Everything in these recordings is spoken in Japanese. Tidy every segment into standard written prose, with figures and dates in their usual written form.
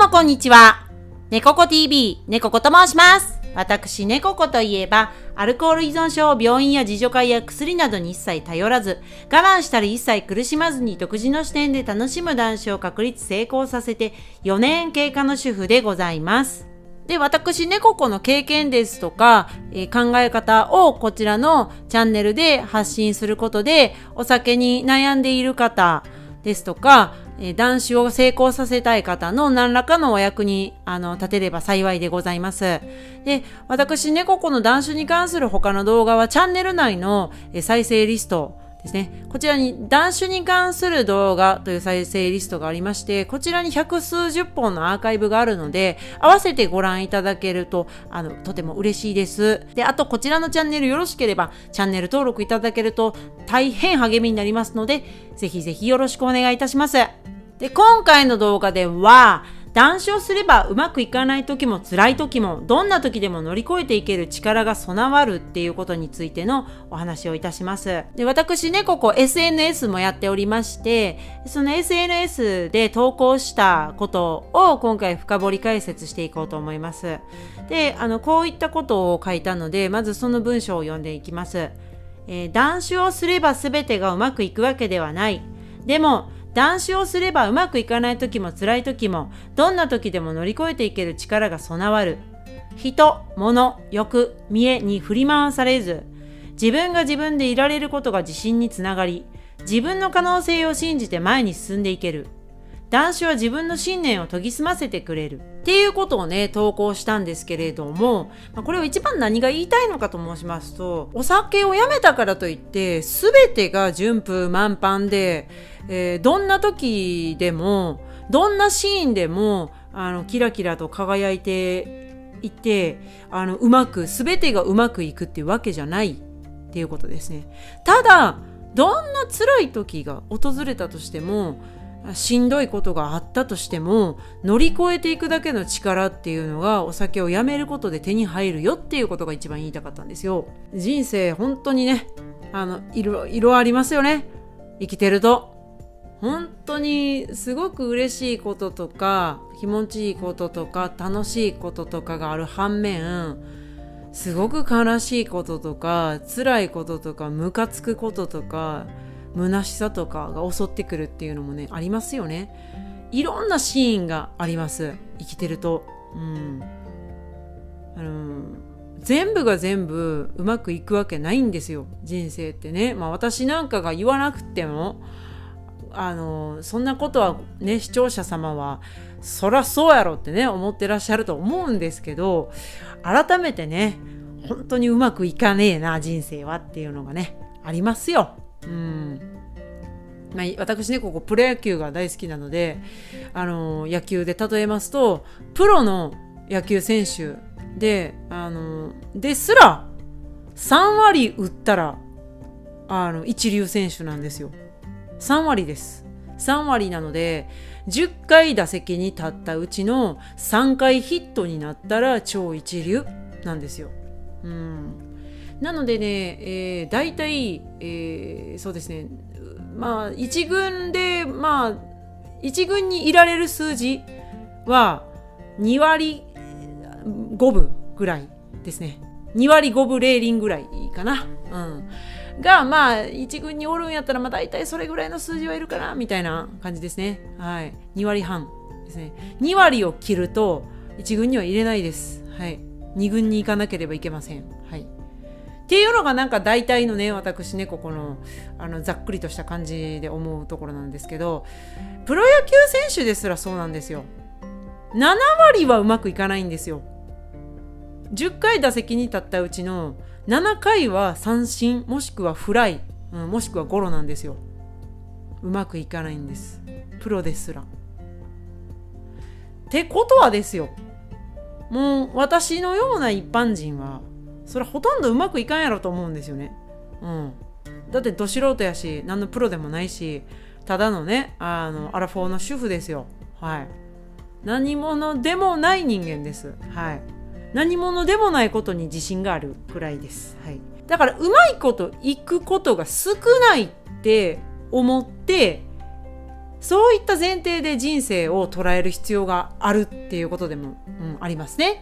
もこんにちは。ねここ TV、ねここと申します。私、ねここといえば、アルコール依存症を病院や自助会や薬などに一切頼らず、我慢したり一切苦しまずに独自の視点で楽しむ男子を確立成功させて4年経過の主婦でございます。で、私、ねここの経験ですとか、考え方をこちらのチャンネルで発信することで、お酒に悩んでいる方ですとか、男子を成功させたい方の何らかのお役に立てれば幸いでございます。で、私、ねここの男子に関する他の動画はチャンネル内の再生リストですね。こちらに男子に関する動画という再生リストがありまして、こちらに百数十本のアーカイブがあるので、合わせてご覧いただけると、とても嬉しいです。で、あとこちらのチャンネルよろしければ、チャンネル登録いただけると大変励みになりますので、ぜひぜひよろしくお願いいたします。で、今回の動画では、断酒をすればうまくいかない時も辛い時もどんな時でも乗り越えていける力が備わるっていうことについてのお話をいたします。で、私ね、ここ SNS もやっておりまして、その SNS で投稿したことを今回深掘り解説していこうと思います。で、こういったことを書いたので、まずその文章を読んでいきます。断酒をすれば全てがうまくいくわけではない。でも、断酒をすればうまくいかない時も辛い時もどんな時でも乗り越えていける力が備わる。人、物、欲、見栄に振り回されず、自分が自分でいられることが自信につながり、自分の可能性を信じて前に進んでいける。断酒は自分の信念を研ぎ澄ませてくれるっていうことをね投稿したんですけれども、これを一番何が言いたいのかと申しますと、お酒をやめたからといって全てが順風満帆で、どんな時でもどんなシーンでもキラキラと輝いていて全てがうまくいくっていうわけじゃないっていうことですね。ただどんな辛い時が訪れたとしても、しんどいことがあったとしても乗り越えていくだけの力っていうのがお酒をやめることで手に入るよっていうことが一番言いたかったんですよ。人生本当にねいろいろありますよね。生きてると本当にすごく嬉しいこととか気持ちいいこととか楽しいこととかがある反面、すごく悲しいこととか辛いこととかムカつくこととか虚しさとかが襲ってくるっていうのもねありますよね。いろんなシーンがあります生きてると。全部が全部うまくいくわけないんですよ人生ってね。私なんかが言わなくてもそんなことはね視聴者様はそらそうやろってね思ってらっしゃると思うんですけど、改めてね本当にうまくいかねえな人生はっていうのがねありますよ。私ねここプロ野球が大好きなので野球で例えますとプロの野球選手でですら3割打ったら一流選手なんですよ。3割です。3割なので10回打席に立ったうちの3回ヒットになったら超一流なんですよ。なのでね、大体、そうですね一軍で一軍にいられる数字は2割5分ぐらいですね。2割5分0厘ぐらいかな。が一軍におるんやったら大体それぐらいの数字はいるかなみたいな感じですね。はい、2割半ですね。2割を切ると一軍には入れないです。はい、2軍に行かなければいけません。はい。っていうのが大体のね私ねここのざっくりとした感じで思うところなんですけど、プロ野球選手ですらそうなんですよ。7割はうまくいかないんですよ。10回打席に立ったうちの7回は三振もしくはフライ、もしくはゴロなんですよ。うまくいかないんですプロですら。ってことはですよ、もう私のような一般人はそれほとんどうまくいかんやろと思うんですよね。だってど素人やし何のプロでもないし、ただのねアラフォーの主婦ですよ。はい、何者でもない人間です。はい、何者でもないことに自信があるくらいです。はい、だからうまいこといくことが少ないって思ってそういった前提で人生を捉える必要があるっていうことでも、ありますね。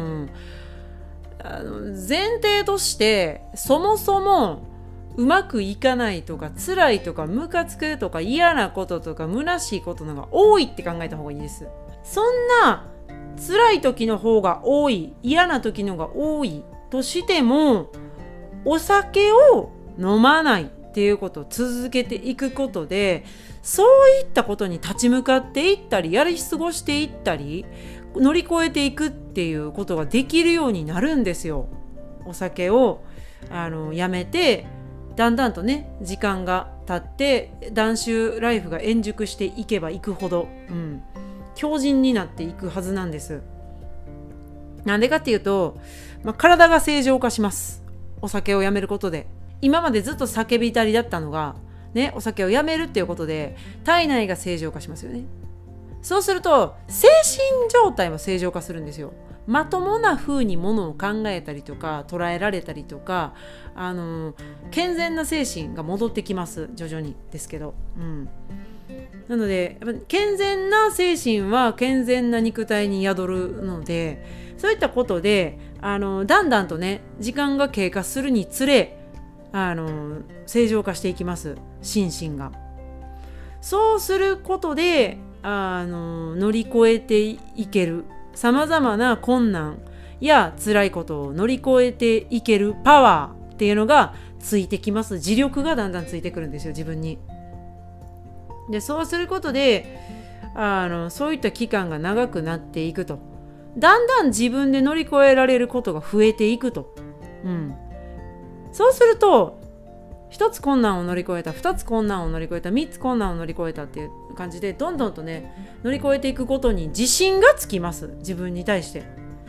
前提としてそもそもうまくいかないとか辛いとかムカつくとか嫌なこととか虚しいことのが多いって考えた方がいいです。そんな辛い時の方が多い、嫌な時のが多いとしても、お酒を飲まないっていうことを続けていくことで、そういったことに立ち向かっていったり、やり過ごしていったり、乗り越えていくっていうことができるようになるんですよ。お酒をやめて、だんだんとね時間が経って断酒ライフが円熟していけばいくほど、強靭になっていくはずなんです。なんでかっていうと、体が正常化します。お酒をやめることで。今までずっと酒浸りだったのがね、お酒をやめるっていうことで体内が正常化しますよね。そうすると精神状態も正常化するんですよ。まともな風にものを考えたりとか捉えられたりとか、健全な精神が戻ってきます。徐々にですけど、なのでやっぱ健全な精神は健全な肉体に宿るので、そういったことでだんだんとね時間が経過するにつれ正常化していきます。心身が。そうすることで乗り越えていける、さまざまな困難や辛いことを乗り越えていけるパワーっていうのがついてきます。自力がだんだんついてくるんですよ、自分に。でそうすることでそういった期間が長くなっていくと、だんだん自分で乗り越えられることが増えていくと、そうすると一つ困難を乗り越えた、二つ困難を乗り越えた、三つ困難を乗り越えたっていう感じでどんどんとね乗り越えていくことに自信がつきます。自分に対して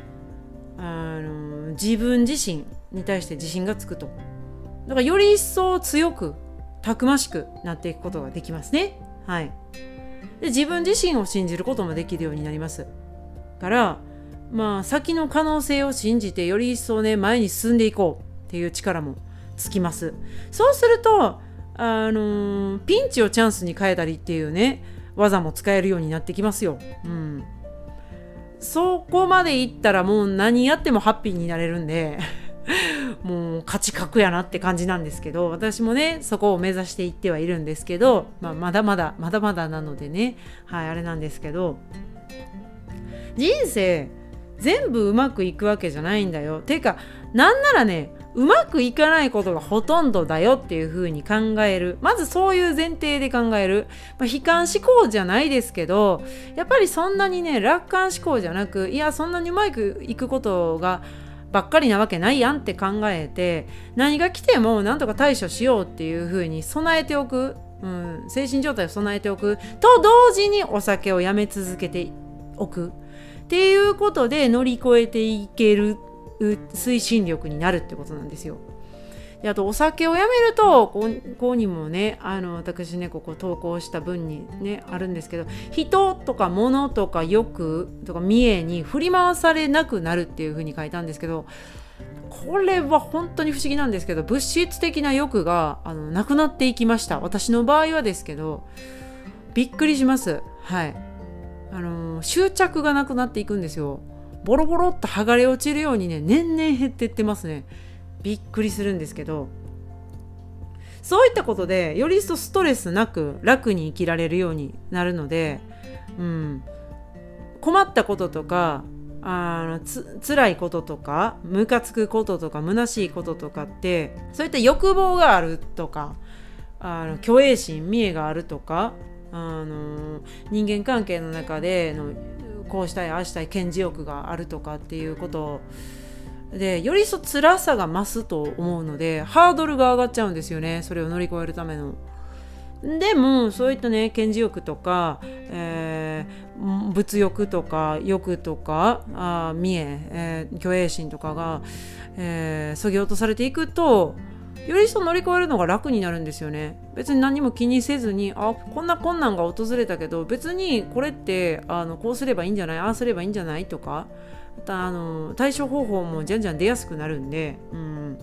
自分自身に対して自信がつくと、だからより一層強くたくましくなっていくことができますね。で自分自身を信じることもできるようになりますから先の可能性を信じてより一層ね前に進んでいこうっていう力もつきます。そうするとピンチをチャンスに変えたりっていうね技も使えるようになってきますよ。そこまでいったらもう何やってもハッピーになれるんでもう勝ち確やなって感じなんですけど、私もねそこを目指していってはいるんですけど、まだまだなのでね、あれなんですけど、人生全部うまくいくわけじゃないんだよ。ていうかなんならねうまくいかないことがほとんどだよっていう風に考える。まずそういう前提で考える。悲観思考じゃないですけど、やっぱりそんなにね楽観思考じゃなく、いやそんなにうまくいくことがばっかりなわけないやんって考えて、何が来てもなんとか対処しようっていう風に備えておく、精神状態を備えておくと同時にお酒をやめ続けておくっていうことで乗り越えていける推進力になるってことなんですよ。であとお酒をやめるとここにもね私ねここ投稿した文にねあるんですけど、人とか物とか欲とか見栄に振り回されなくなるっていう風に書いたんですけど、これは本当に不思議なんですけど、物質的な欲がなくなっていきました。私の場合はですけどびっくりします。執着がなくなっていくんですよ。ボロボロっと剥がれ落ちるようにね年々減っていってますね。びっくりするんですけど、そういったことでより一層ストレスなく楽に生きられるようになるので、困ったこととか辛いこととかムカつくこととか虚しいこととかって、そういった欲望があるとか虚栄心見栄があるとか人間関係の中でのこうしたいああしたい顕示欲があるとかっていうことでより一層辛さが増すと思うので、ハードルが上がっちゃうんですよね、それを乗り越えるための。でもそういったね顕示欲とか、物欲とか欲とか見栄、虚栄心とかが、そぎ落とされていくとより一層乗り越えるのが楽になるんですよね。別に何も気にせずにこんな困難が訪れたけど別にこれってこうすればいいんじゃない、ああすればいいんじゃないとか、対処方法もじゃんじゃん出やすくなるんで、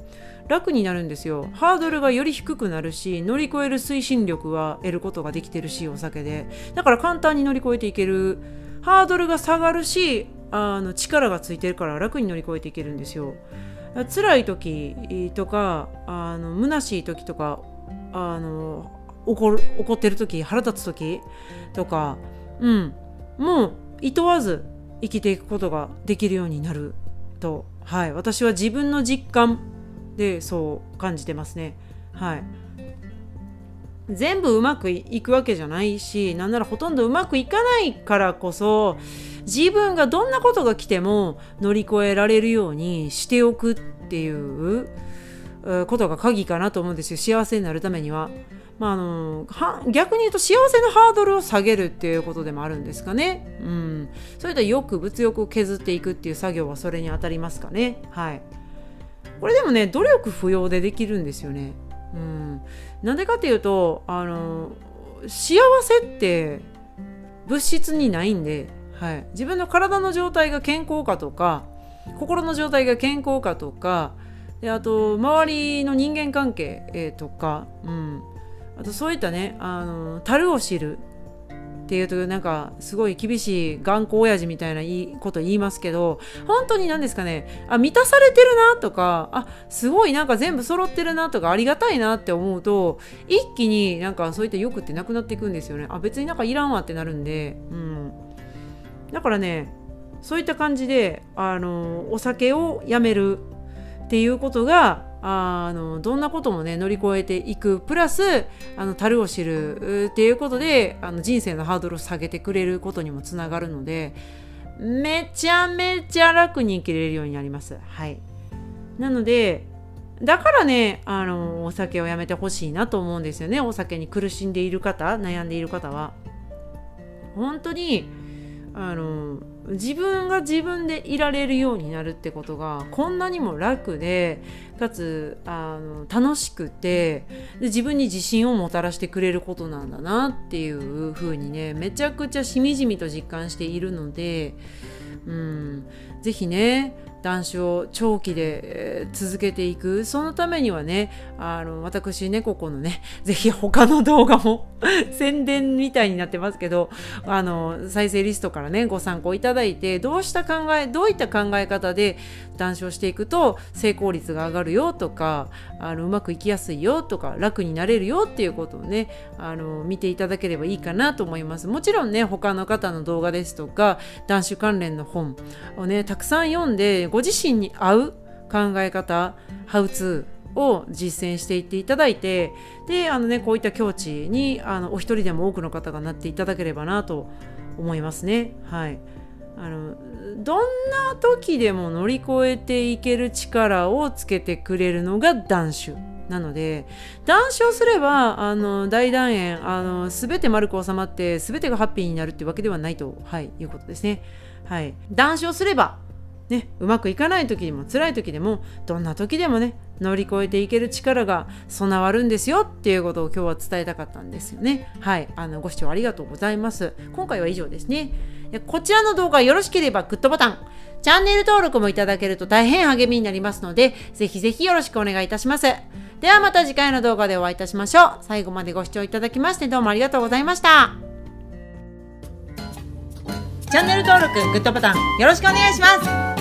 楽になるんですよ。ハードルがより低くなるし、乗り越える推進力は得ることができてるし、お酒で。だから簡単に乗り越えていける。ハードルが下がるし、力がついてるから楽に乗り越えていけるんですよ。辛い時とか、虚しい時とか、怒ってる時、腹立つ時とか、もう厭わず生きていくことができるようになると、はい、私は自分の実感でそう感じてますね。はい。全部うまくいくわけじゃないし、なんならほとんどうまくいかないからこそ、自分がどんなことが来ても乗り越えられるようにしておくっていうことが鍵かなと思うんですよ。幸せになるためには。逆に言うと幸せのハードルを下げるっていうことでもあるんですかね。それで物欲を削っていくっていう作業はそれに当たりますかね。はい。これでもね、努力不要でできるんですよね。なんでかっていうと、幸せって物質にないんで、はい、自分の体の状態が健康かとか、心の状態が健康かとか、であと周りの人間関係、とか、あとそういったね、樽を知るっていうとなんかすごい厳しい頑固親父みたいなこと言いますけど、本当に何ですかね、満たされてるなとか、すごいなんか全部揃ってるなとか、ありがたいなって思うと、一気になんかそういった欲ってなくなっていくんですよね。別になんかいらんわってなるんで、だからね、そういった感じでお酒をやめるっていうことがどんなこともね乗り越えていくプラス樽を知るっていうことで人生のハードルを下げてくれることにもつながるので、めちゃめちゃ楽に生きれるようになります。はい。なのでだからねお酒をやめてほしいなと思うんですよね。お酒に苦しんでいる方、悩んでいる方は本当に自分が自分でいられるようになるってことがこんなにも楽で、かつ楽しくて、で自分に自信をもたらしてくれることなんだなっていう風にね、めちゃくちゃしみじみと実感しているので、ぜひね断酒を長期で、続けていく、そのためにはね私ねここのねぜひ他の動画も宣伝みたいになってますけど再生リストからねご参考いただいて、どういった考え方で断酒をしていくと成功率が上がるよとかうまくいきやすいよとか楽になれるよっていうことをね見ていただければいいかなと思います。もちろんね他の方の動画ですとか断酒関連の本をねたくさん読んでご自身に合う考え方、ハウツーを実践していっていただいて、でこういった境地にお一人でも多くの方がなっていただければなと思いますね。はい。どんな時でも乗り越えていける力をつけてくれるのが断酒なので、断酒をすれば大団円全て丸く収まって全てがハッピーになるっていうわけではないと、いうことですね。はい。断酒をすればね、うまくいかない時でも辛い時でもどんな時でもね乗り越えていける力が備わるんですよっていうことを今日は伝えたかったんですよね。はい、ご視聴ありがとうございます。今回は以上ですね。こちらの動画よろしければグッドボタン、チャンネル登録もいただけると大変励みになりますので、ぜひぜひよろしくお願いいたします。ではまた次回の動画でお会いいたしましょう。最後までご視聴いただきましてどうもありがとうございました。チャンネル登録、グッドボタンよろしくお願いします。